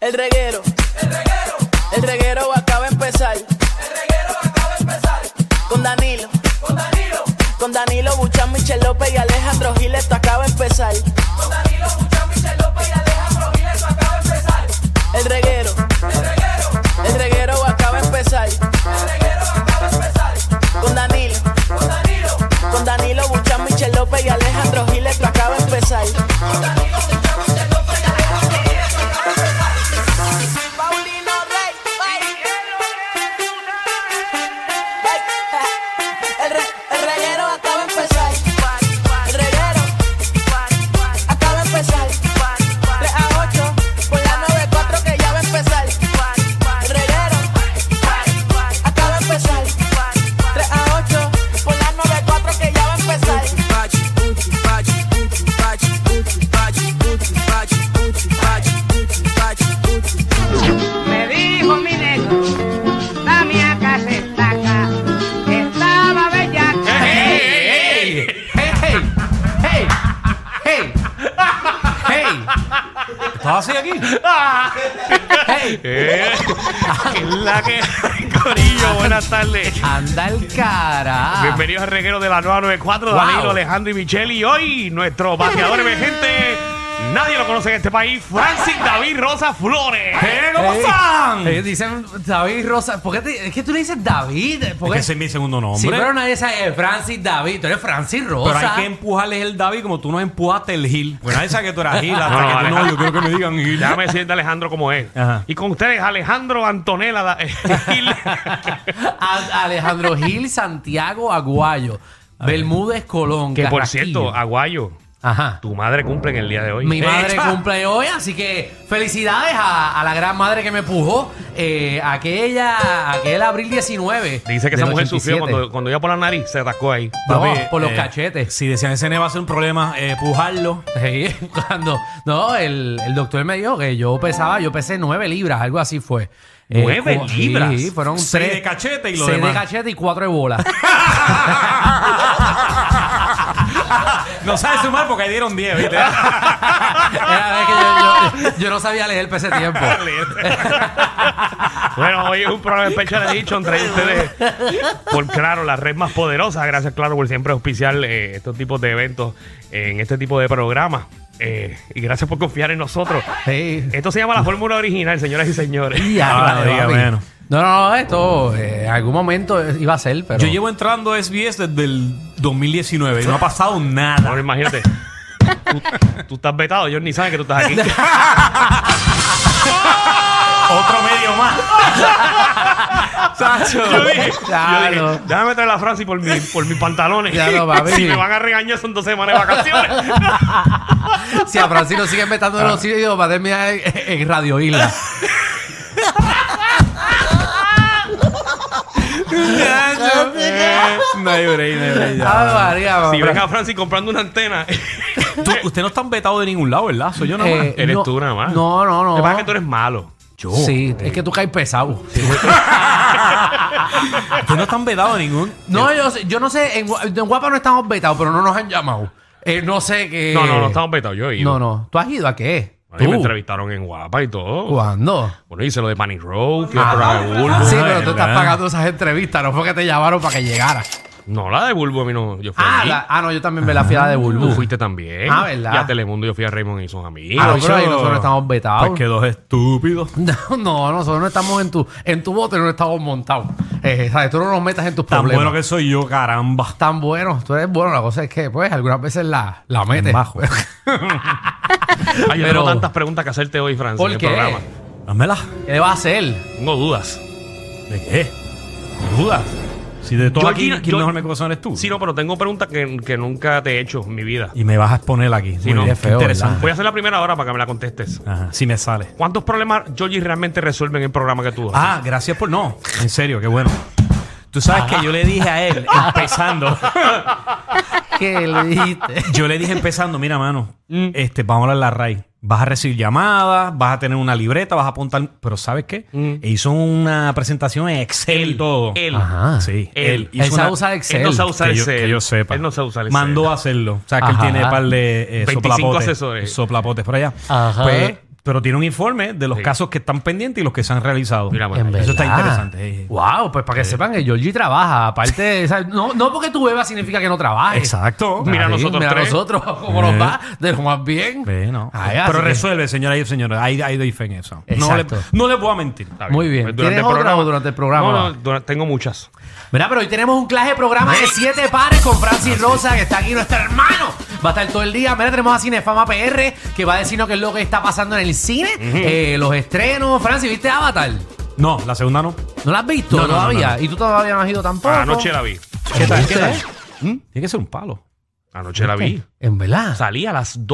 El reguero. El reguero acaba de empezar. Con Danilo. Con Danilo Buchan, Michel López y Alejandro Gil, esto acaba de empezar. Con Danilo Buchan, Michel López y Alejandro Gil, esto acaba de empezar. El reguero. El reguero acaba de empezar. Con Danilo. Con Danilo Buchan, Michel López y Alejandro Gil, esto acaba de empezar. ¿Estás así aquí? ¡Hey! La que... Corillo, buenas tardes. Anda el cara. Bienvenidos al reguero de la 994, Danilo, Alejandro y Michelle. Y hoy, nuestro bateador emergente, nadie lo conoce en este país, Francis David Rosa Flores. ¿Cómo están? Dicen David Rosa. ¿Por qué es que tú le dices David? Porque ese es mi segundo nombre. Sí, pero nadie sabe Francis David. Tú eres Francis Rosa. Pero hay que empujarle el David como tú nos empujaste el Gil. Pues nadie sabe que tú eras Gil hasta que tú no. Yo quiero que me digan Gil. Déjame decirte Alejandro como es. Ajá. Y con ustedes, Alejandro Antonella Gil. Alejandro Gil, Santiago Aguayo, Bermúdez Colón. Que por Carraquillo. cierto, Aguayo, Ajá. tu madre cumple en el día de hoy. Mi madre cumple hoy, así que felicidades a la gran madre que me pujó aquel abril 19. Dice que del esa mujer 87. sufrió cuando iba por la nariz, se atascó ahí. No, Papi, por los cachetes. Si decían ese va a ser un problema, pujarlo. Sí, no, el doctor me dijo que yo pesé 9 libras, algo así fue. 9 libras. Sí, fueron 6 3 de cachete y lo 6 de demás. cachete y 4 de bola. No sabes sumar porque ahí dieron 10, ¿viste? Era vez que yo no sabía leer para ese tiempo. Bueno, hoy es un programa especial de Dicho entre ustedes por Claro, la red más poderosa. Gracias, Claro, por siempre auspiciar estos tipos de eventos en este tipo de programas. Y gracias por confiar en nosotros. Sí. Esto se llama la fórmula original, señoras y señores. Ya, diga, papi. bueno. No, esto en algún momento iba a ser, pero... Yo llevo entrando a SBS desde el 2019 y no ha pasado nada. Bueno, imagínate. Tú estás vetado, ellos ni saben que tú estás aquí. Otro medio más. Sacho. Yo dije, Claro. déjame traer la Francis por mis pantalones. Ya lo, papi. Si me van a regañar son 2 semanas de vacaciones. Si a Francisco sigue metiendo en los sitios, va a terminar en Radio Isla. No hay break, ya. Ave María, Si papá. ven a Francis comprando una antena, Usted no está vetado de ningún lado, ¿verdad? Soy yo nomás. eres tú nada más. No. Lo que pasa es que tú eres malo. Yo. Sí, es que tú caes pesado. Ustedes no están vetados de ningún. No, yo no sé, en Guapa no estamos vetados, pero no nos han llamado. No sé qué... No estamos vetados. Yo he ido. No. ¿Tú has ido a qué? Ay, me ¿Tú? entrevistaron en Guapa y todo. ¿Cuándo? Bueno, hice lo de Panic Row, que el programa de Bulbo. Sí, pero tú estás ¿verdad? pagando esas entrevistas, no fue que te llamaron para que llegara. No, la de Bulbo a mí no. Yo fui allí. No, yo también me la fui a la de Tú Bulbu. fuiste también. Ah, ¿verdad? Y a Telemundo yo fui a Raymond y sus amigos. Ah, no, pero ahí Yo- nosotros estamos vetados. Pues que dos estúpidos. No, nosotros no estamos en tu bote, no estamos montados. ¿Sabes? Tú no nos metas en tus Tan problemas. bueno que soy yo, caramba. Tan bueno, tú eres bueno. La cosa es que, pues, algunas veces la metes. Bajo. Ay, yo pero- tengo tantas preguntas que hacerte hoy, Francis, ¿Por en el qué? programa. Dámela. ¿Qué va a hacer? Tengo dudas. ¿De qué? ¿Dudas? Si de todo Yo aquí, aquí- ¿quién yo- mejor me conoce eres tú? Sí, no, pero tengo preguntas que nunca te he hecho en mi vida. Y me vas a exponer aquí. Sí, Muy no. bien, Qué feo, interesante. Voy a hacer la primera hora para que me la contestes. Ajá, si me sale. ¿Cuántos problemas Georgie realmente resuelve en el programa que tú haces? Ah, gracias por... No, en serio, qué bueno. Tú sabes que yo le dije a él, empezando... ¿Qué le dijiste? Yo le dije empezando, mira, mano, vamos a hablar la raíz. Vas a recibir llamadas, vas a tener una libreta, vas a apuntar... Pero ¿sabes qué? E hizo una presentación en Excel y todo. Él. Ajá. Sí, Él. hizo Él sabe una- usar Excel. Él no sabe usar que yo, Excel. que yo sepa. Él no sabe usar Excel. Mandó a hacerlo. O sea, que él Ajá. tiene un par de 25 soplapotes. asesores. Soplapotes por allá. Ajá. Pues pero tiene un informe de los Sí. casos que están pendientes y los que se han realizado. Mira, En bueno, Eso está verdad. interesante. Wow, pues para que sepan que Georgie trabaja. Aparte, ¿sabes? No porque tú bebas significa que no trabajes. Exacto. Mira, Así, nosotros mira tres. nosotros, cómo nos va, de lo más bien. Bueno, Ay, así pero que- resuelve, señoras y señores. Ahí doy fe en eso. Exacto. No le puedo mentir. está Muy bien. Pues ¿Tienes otra o durante el programa? No, tengo muchas. Mira, pero hoy tenemos un clase de programa de 7 pares con Francis Rosa, que está aquí nuestro hermano. Va a estar todo el día. Mira, tenemos a Cinefama PR, que va a decirnos qué es lo que está pasando en el cine, los estrenos. Francis, ¿viste Avatar? No, la segunda no. ¿No la has visto No, no, todavía? no, no. ¿Y tú todavía no has ido tampoco? Anoche la vi. ¿Qué tal? ¿Qué ¿Viste? tal? Tiene que ser un palo. Anoche la vi. En verdad. Salí a las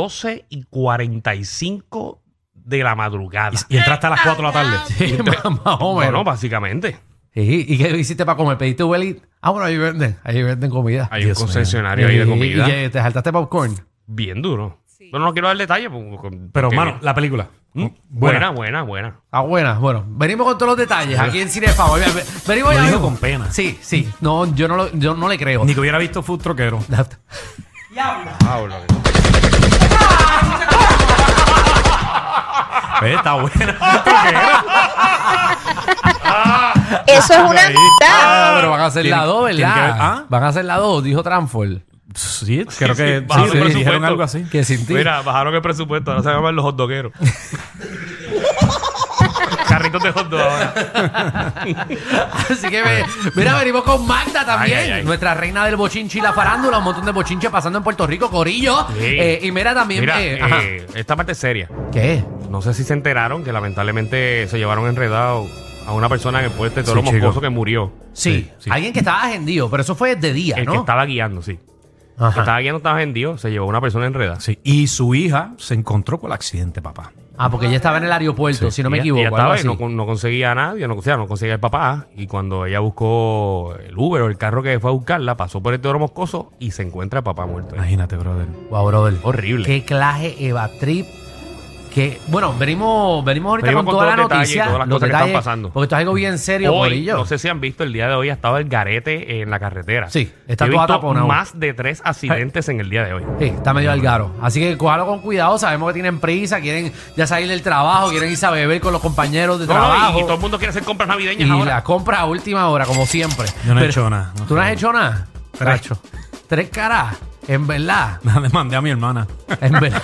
12:45 de la madrugada. Y entraste a las 4 de la tarde. Sí, más o menos. Bueno, básicamente. Sí, ¿y qué hiciste para comer? ¿Pediste Uber Eats? Ah, bueno, ahí venden comida. Hay un Dios mío. concesionario ahí de ¿Y comida. qué, te saltaste popcorn? Bien duro. Pero no quiero dar detalles. Pero, porque- mano, la película. Buena. Ah, buena. Bueno, venimos con todos los detalles aquí en Cinefama. Venimos Lo ya dijo mismo. con pena. Sí, sí. No, yo no le creo. Ni que hubiera visto Food Troquero. Pablo. Está buena. Eso es una Ahí. Ah, pero van a hacer Tiene- la 2, tiene que ¿verdad? ver- ¿ah? Van a hacer la 2, dijo Transform. Sí, creo que bajaron el sí, presupuesto. dijeron algo así. Que sin ti. Mira, bajaron el presupuesto. Ahora se llaman los hotdogueros. Carritos de hot dog ahora. Así que, mira, venimos con Magda también. Ay, ay, ay. Nuestra reina del bochinche y la farándula. Un montón de bochinche pasando en Puerto Rico, Corillo. Sí. Y mira también. Mira, ajá. esta parte es seria. ¿Qué? No sé si se enteraron que lamentablemente se llevaron enredado a una persona en el puente de Toro Sí, chico. Moscoso que murió. Sí, Sí. alguien que estaba agendido, pero eso fue de día, El ¿no? que estaba guiando, sí. El Ajá. que estaba guiando estaba vendido, se llevó a una persona enredada. Sí. Y su hija se encontró con el accidente, papá. Ah, porque ella estaba en el aeropuerto, si no me Ella- equivoco. ella algo estaba y así. no conseguía a nadie, no conseguía el papá. Y cuando ella buscó el Uber o el carro que fue a buscarla, pasó por el Teodoro Moscoso y se encuentra el papá muerto. ahí. Imagínate, brother. Wow, brother. Horrible. Qué clase Eva Trip. Que, bueno, venimos ahorita Venimos con con toda la todos los detalles, noticia. todas las los cosas que están detalles, pasando. Porque esto es algo bien serio, Hoy, Corillo. no sé si han visto, el día de hoy ha estado el garete en la carretera. Sí, está He toda visto taponado. más de 3 accidentes en el día de hoy. Sí, está medio algaro. Así que cójalo con cuidado. Sabemos que tienen prisa, quieren ya salir del trabajo, quieren irse a beber con los compañeros de No, trabajo. y todo el mundo quiere hacer compras navideñas Y ahora. la compra a última hora, como siempre. Yo no he Pero- hecho nada. ¿Tú no has hecho nada? Tres. Tacho. 3 caras. En verdad. Le mandé a mi hermana. En verdad.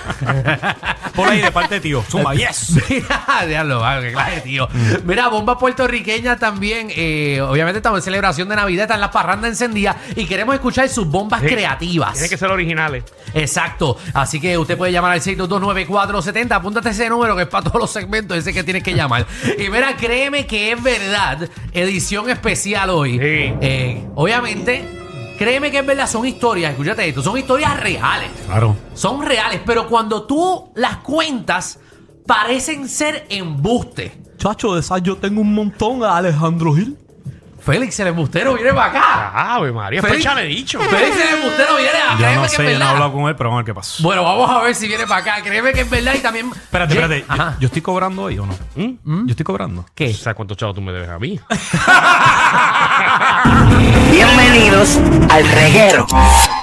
Por ahí de parte de tío. Zumba, yes. Mira, diablo, qué clase, tío. Mira, bomba puertorriqueña también. Obviamente estamos en celebración de Navidad, están las parrandas encendidas y queremos escuchar sus bombas Sí. creativas. Tienen que ser originales. Exacto. Así que usted puede llamar al 6229470. Apúntate ese número que es para todos los segmentos, ese que tienes que llamar. Y mira, créeme que es verdad. Edición especial hoy. Sí. Obviamente, créeme que es verdad. Son historias, escúchate esto, son historias reales. Claro. Son reales, pero cuando tú las cuentas, parecen ser embuste. Chacho, de esas yo tengo un montón a Alejandro Gil. Félix, el embustero viene para acá. Ave María, Félix- fecha le he dicho. Félix, el embustero viene acá. Yo Créeme no que sé, es yo no he verdad. hablado con él, pero vamos a ver qué pasa. Bueno, vamos a ver si viene para acá. Créeme que es verdad y también... Espérate. Ajá. ¿Yo estoy cobrando hoy o no? ¿Mm? Yo estoy cobrando. ¿Qué? O sea, ¿cuántos chavos tú me debes a mí? Bienvenidos al reguero.